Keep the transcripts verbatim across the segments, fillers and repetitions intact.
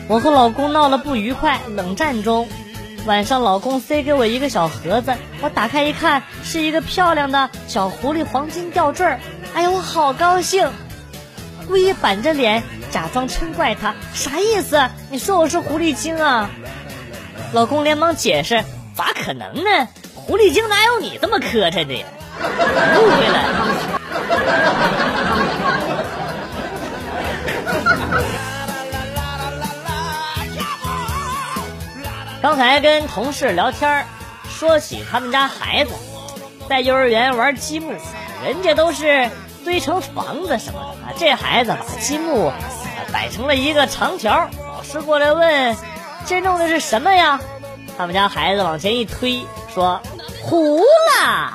我和老公闹了不愉快，冷战中。晚上老公塞给我一个小盒子，我打开一看，是一个漂亮的小狐狸黄金吊坠。哎呀，我好高兴，故意板着脸假装嗔怪他，啥意思？你说我是狐狸精啊？老公连忙解释，咋可能呢？狐狸精哪有你这么磕碜的呀？误会了。刚才跟同事聊天，说起他们家孩子在幼儿园玩积木，人家都是堆成房子什么的啊，这孩子把积木摆成了一个长条。老师过来问，这弄的是什么呀？他们家孩子往前一推，说糊了。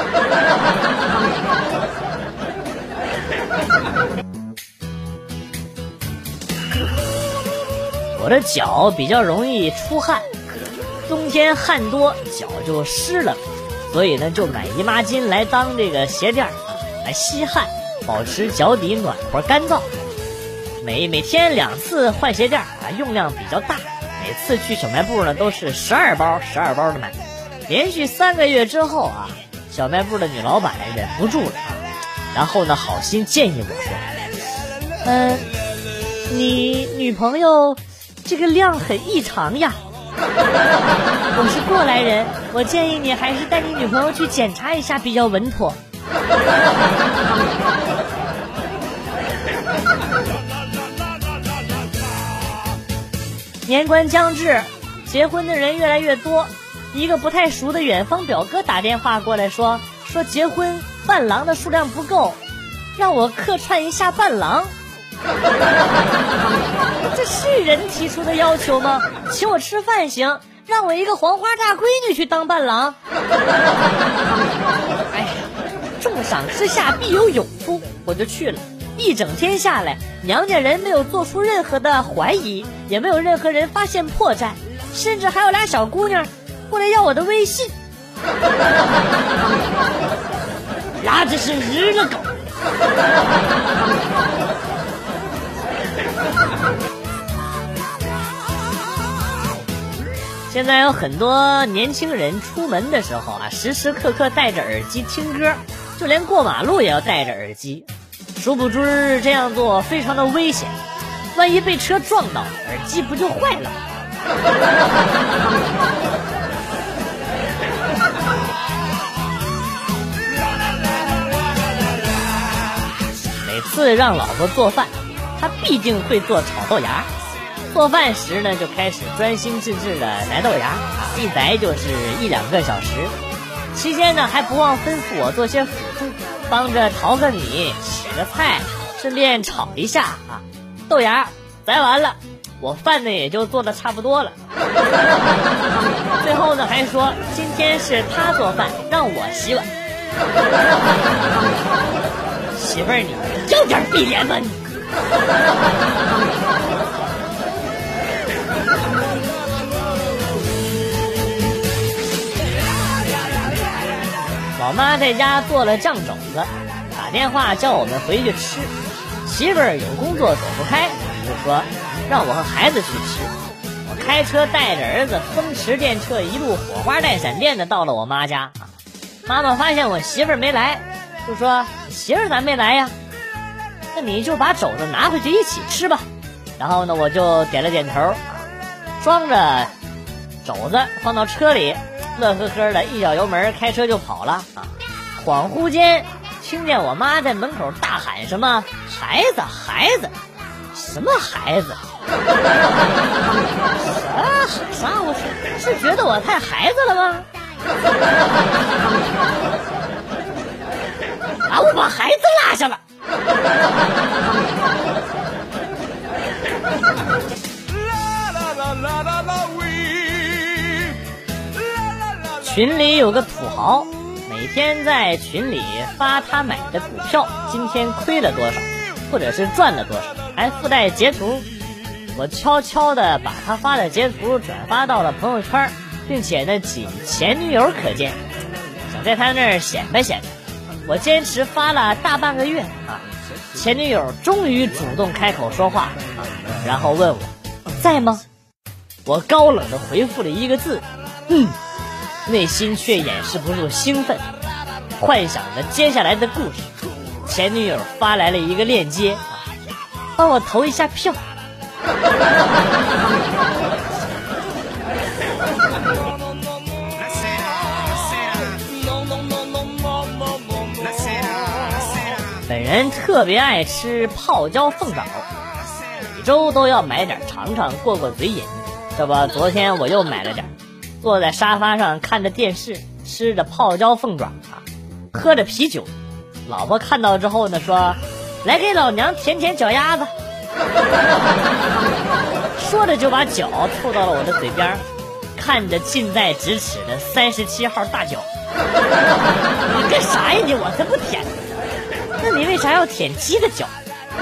我的脚比较容易出汗，冬天汗多脚就湿了，所以呢就买姨妈巾来当这个鞋垫啊，来吸汗，保持脚底暖和干燥。每每天两次换鞋垫啊，用量比较大，每次去小卖部呢都是十二包十二包的买。连续三个月之后啊，小卖部的女老板忍不住了啊，然后呢好心建议我说，嗯、呃，你女朋友这个量很异常呀。我是过来人，我建议你还是带你女朋友去检查一下比较稳妥。年关将至，结婚的人越来越多。一个不太熟的远方表哥打电话过来说，说结婚伴郎的数量不够，让我客串一下伴郎。这是人提出的要求吗？请我吃饭行，让我一个黄花大闺女去当伴郎。哎呀，重赏之下必有勇夫，我就去了。一整天下来，娘家人没有做出任何的怀疑，也没有任何人发现破绽，甚至还有俩小姑娘过来要我的微信。那这是日了狗。现在有很多年轻人出门的时候啊，时时刻刻戴着耳机听歌，就连过马路也要戴着耳机。殊不知这样做非常的危险，万一被车撞到，耳机不就坏了？每次让老婆做饭，她必定会做炒豆芽。做饭时呢，就开始专心致志的摘豆芽啊，一摘就是一两个小时。期间呢，还不忘吩咐我做些辅助，帮着淘个米、洗个菜，顺便炒一下啊。豆芽摘完了，我饭呢也就做的差不多了。最后呢，还说今天是他做饭，让我洗碗。媳妇儿，你有点闭脸吧你。老妈在家做了酱肘子，打电话叫我们回去吃。媳妇儿有工作走不开，就说让我和孩子去吃。我开车带着儿子风驰电掣，一路火花带闪电的到了我妈家。妈妈发现我媳妇儿没来，就说媳妇儿咋没来呀？那你就把肘子拿回去一起吃吧。然后呢，我就点了点头，装着肘子放到车里，乐呵呵的一脚油门开车就跑了啊！恍惚间听见我妈在门口大喊什么孩子孩子，什么孩子？啥啥？我是是觉得我太孩子了吗？啊！我把孩子落下了。群里有个土豪，每天在群里发他买的股票今天亏了多少，或者是赚了多少，还附带截图。我悄悄地把他发的截图转发到了朋友圈，并且呢仅前女友可见，想在他那儿显摆显摆。我坚持发了大半个月啊，前女友终于主动开口说话啊，然后问我在吗？我高冷的回复了一个字，嗯，内心却掩饰不住兴奋，幻想着接下来的故事。前女友发来了一个链接，帮我投一下票。本人特别爱吃泡椒凤爪，每周都要买点尝尝过过嘴瘾。这不，昨天我又买了点，坐在沙发上看着电视，吃着泡椒凤爪啊，喝着啤酒。老婆看到之后呢，说：“来给老娘舔舔脚丫子。”说着就把脚凑到了我的嘴边，看着近在咫尺的三十七号大脚。你干啥呀你？我才不舔。那你为啥要舔鸡的脚？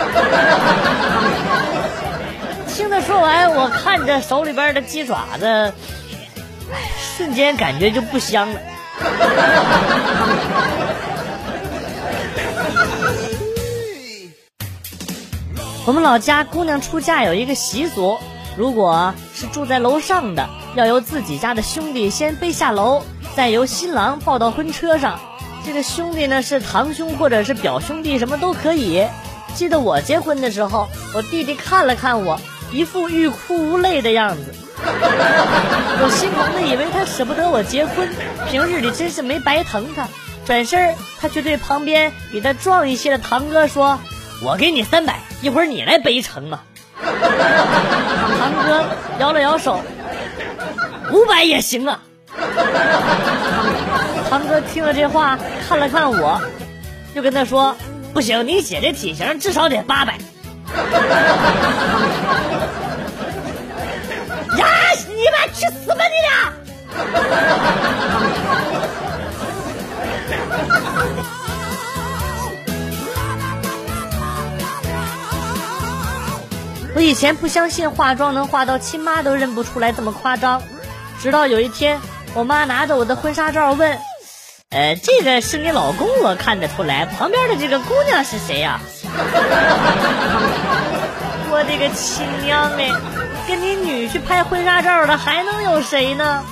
听他说完，我看着手里边的鸡爪子，哎，瞬间感觉就不香了。我们老家姑娘出嫁有一个习俗，如果是住在楼上的，要由自己家的兄弟先背下楼，再由新郎抱到婚车上。这个兄弟呢是堂兄或者是表兄弟，什么都可以。记得我结婚的时候，我弟弟看了看我，一副欲哭无泪的样子。我心疼的以为他舍不得我结婚，平日里真是没白疼他。转身他却对旁边比他壮一些的堂哥说：“我给你三百，一会儿你来背成吗？”堂哥摇了摇手：“五百也行啊。”堂哥听了这话，看了看我，又跟他说：“不行，你姐这体型至少得八百。”呀，你们去死吧你俩！我以前不相信化妆能化到亲妈都认不出来这么夸张，直到有一天我妈拿着我的婚纱照问：“呃，这个是你老公，我看得出来，旁边的这个姑娘是谁呀？”我的个亲娘哎，跟你女婿拍婚纱照的还能有谁呢？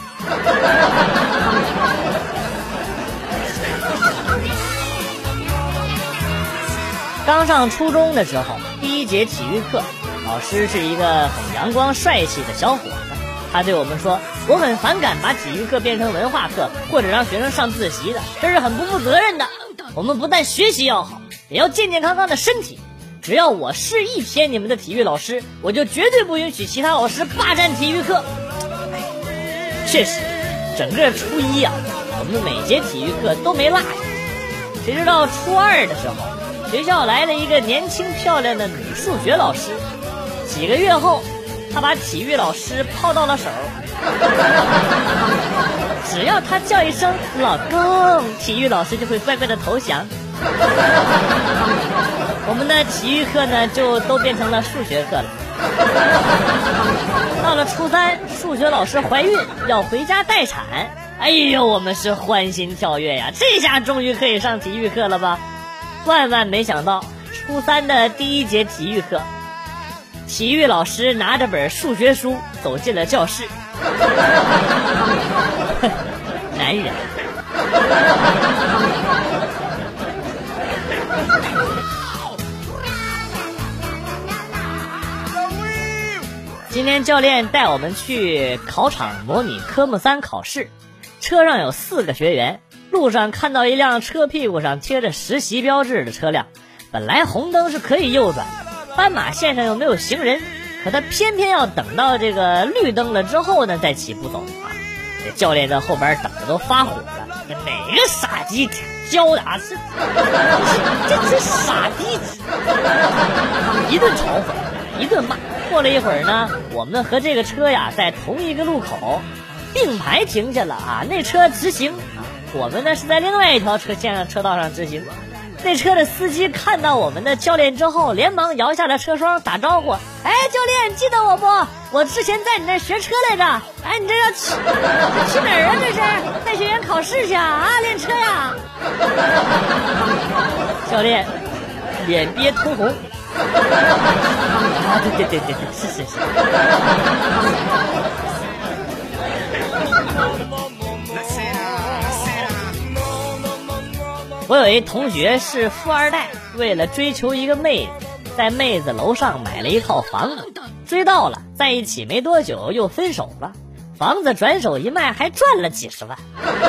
刚上初中的时候，第一节体育课，老师是一个很阳光帅气的小伙子，他对我们说：“我很反感把体育课变成文化课，或者让学生上自习的，这是很不负责任的。我们不但学习要好，也要健健康康的身体。只要我是一天你们的体育老师，我就绝对不允许其他老师霸占体育课。”确实，整个初一啊，我们每节体育课都没落下。谁知道初二的时候，学校来了一个年轻漂亮的女数学老师，几个月后她把体育老师抛到了手。只要她叫一声老公，体育老师就会乖乖的投降。我们的体育课呢就都变成了数学课了。到了初三，数学老师怀孕要回家待产，哎呦，我们是欢欣跳跃呀，这下终于可以上体育课了吧。万万没想到，初三的第一节体育课，体育老师拿着本数学书走进了教室。男人。今天教练带我们去考场模拟科目三考试，车上有四个学员。路上看到一辆车屁股上贴着实习标志的车辆，本来红灯是可以右转的，斑马线上又没有行人，可他偏偏要等到这个绿灯了之后呢再起步走啊！这教练在后边等着都发火了，这哪个傻逼教的啊？这这这傻逼！一顿嘲讽，一顿骂。过了一会儿呢，我们和这个车呀在同一个路口并排停下了啊，那车直行，我们呢是在另外一条车线上车道上直行。那车的司机看到我们的教练之后，连忙摇下了车窗打招呼：“哎，教练，记得我不？我之前在你那学车来着。哎，你这要去去哪儿啊？这是带学员考试去啊？啊，练车呀！”教练脸憋通红， 啊，对对对对对，是是是。我有一同学是富二代，为了追求一个妹子，在妹子楼上买了一套房子，追到了，在一起没多久又分手了，房子转手一卖还赚了几十万。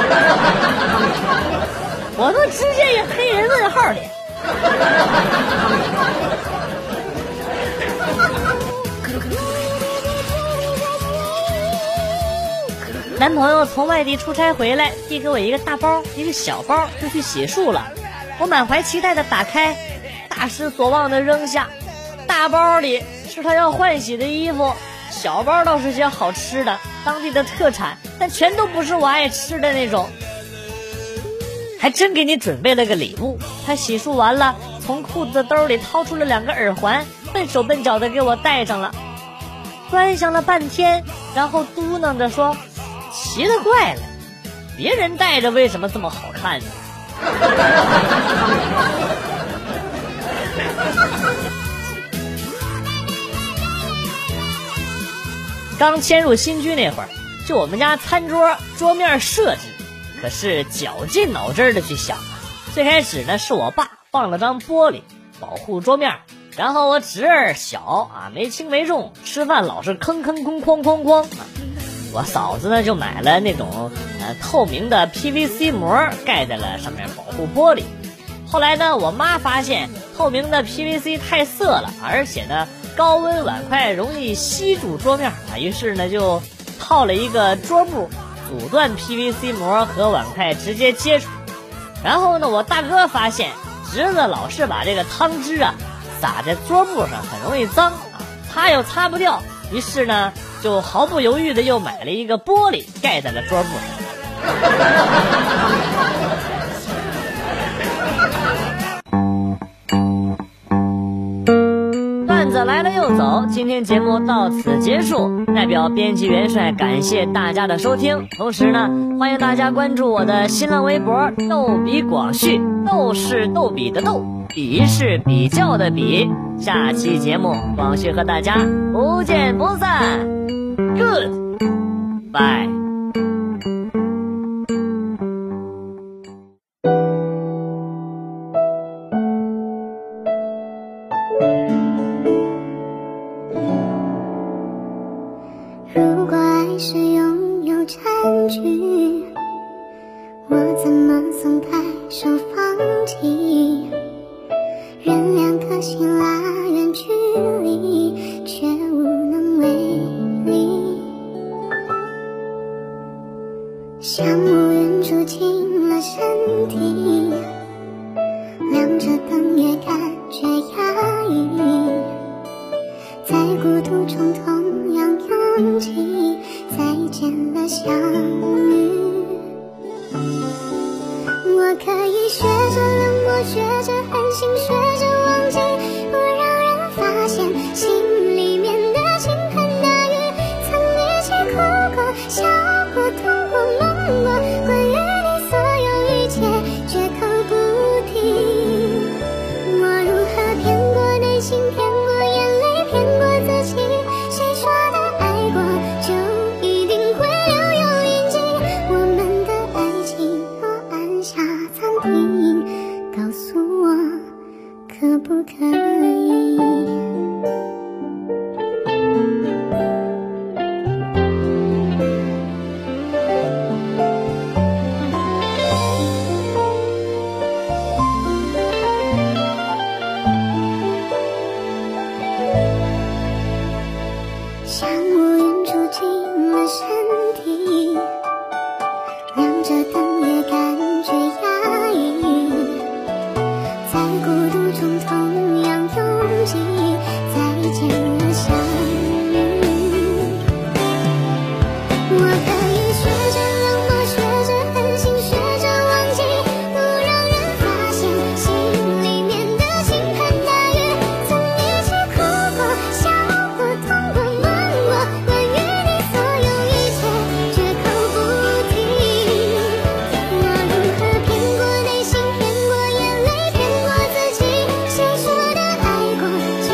我都直接以黑人问号脸。男朋友从外地出差回来，递给我一个大包，一个小包，就去洗漱了。我满怀期待的打开，大失所望的扔下。大包里是他要换洗的衣服，小包倒是些好吃的，当地的特产，但全都不是我爱吃的那种。还真给你准备了个礼物。他洗漱完了，从裤子的兜里掏出了两个耳环，笨手笨脚的给我戴上了，端详了半天，然后嘟囔着说：奇了怪了，别人戴着为什么这么好看呢？刚迁入新居那会儿，就我们家餐桌桌面设置，可是绞尽脑汁的去想啊。最开始呢，是我爸放了张玻璃保护桌面，然后我侄儿小啊，没轻没重，吃饭老是吭吭吭哐哐哐啊。我嫂子呢就买了那种呃透明的 P V C 膜盖在了上面保护玻璃。后来呢，我妈发现透明的 P V C 太涩了，而且呢高温碗筷容易吸住桌面啊，于是呢就套了一个桌布阻断 P V C 膜和碗筷直接接触。然后呢，我大哥发现侄子老是把这个汤汁啊洒在桌布上，很容易脏啊，擦又擦不掉，于是呢就毫不犹豫的又买了一个玻璃盖在了桌布上。段子来了又走，今天节目到此结束，代表编辑元帅感谢大家的收听，同时呢欢迎大家关注我的新浪微博逗比广旭，逗是逗比的逗，比是比较的比。下期节目广旭和大家不见不散。 Goodbye。 如果爱是拥有占据，我怎么松开手放弃？任两颗心拉远距离，却无能为力。像乌云住进了身体，亮着灯也感觉压抑，在孤独中同样拥挤，再见了相遇。我可以学着冷漠，学着狠心，学着忘记，不让人发现心里面的倾盆大雨。曾一起哭过，笑过，痛过，梦过，关于你所有一切绝口不提。我如何骗过内心，骗过眼泪，骗过自己？谁说的爱过就一定会留有印记？我们的爱情若按下暂停，告诉我可不可以？像乌云住进了身体，亮着灯也感觉压抑，在孤独中同样拥挤，再见了相遇。我可以学着冷漠，学着狠心，学着忘记，不让人发现心里面的倾盆大雨。曾一起哭过，笑过，痛过，梦过，关于你所有一切绝口不提。我如何骗过内心，骗过眼泪，骗过自己？谁说的爱过就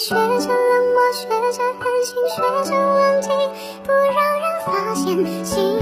学着冷漠，学着狠心，学着忘记，不让人发现心